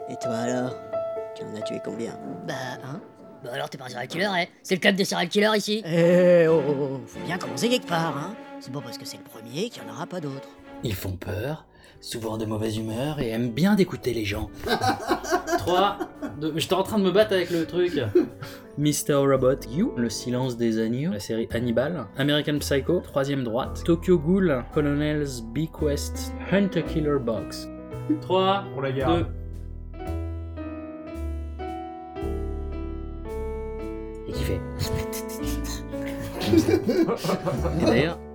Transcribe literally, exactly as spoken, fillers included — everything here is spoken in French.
Et toi alors? Tu en as tué combien? Bah, hein? Bah alors t'es pas un serial killer, eh? C'est le club des serial killers ici. Eh oh, oh, oh, faut bien commencer quelque part, hein. C'est pas parce que c'est le premier qu'il y en aura pas d'autres. Ils font peur, souvent de mauvaise humeur et aiment bien d'écouter les gens. trois, deux, j'étais en train de me battre avec le truc. mister Robot, You, Le silence des agneaux, la série Hannibal, American Psycho, troisième droite, Tokyo Ghoul, Colonel's Bequest, Hunter Killer Box. trois, On la garde. deux. Et qui fait. Et d'ailleurs,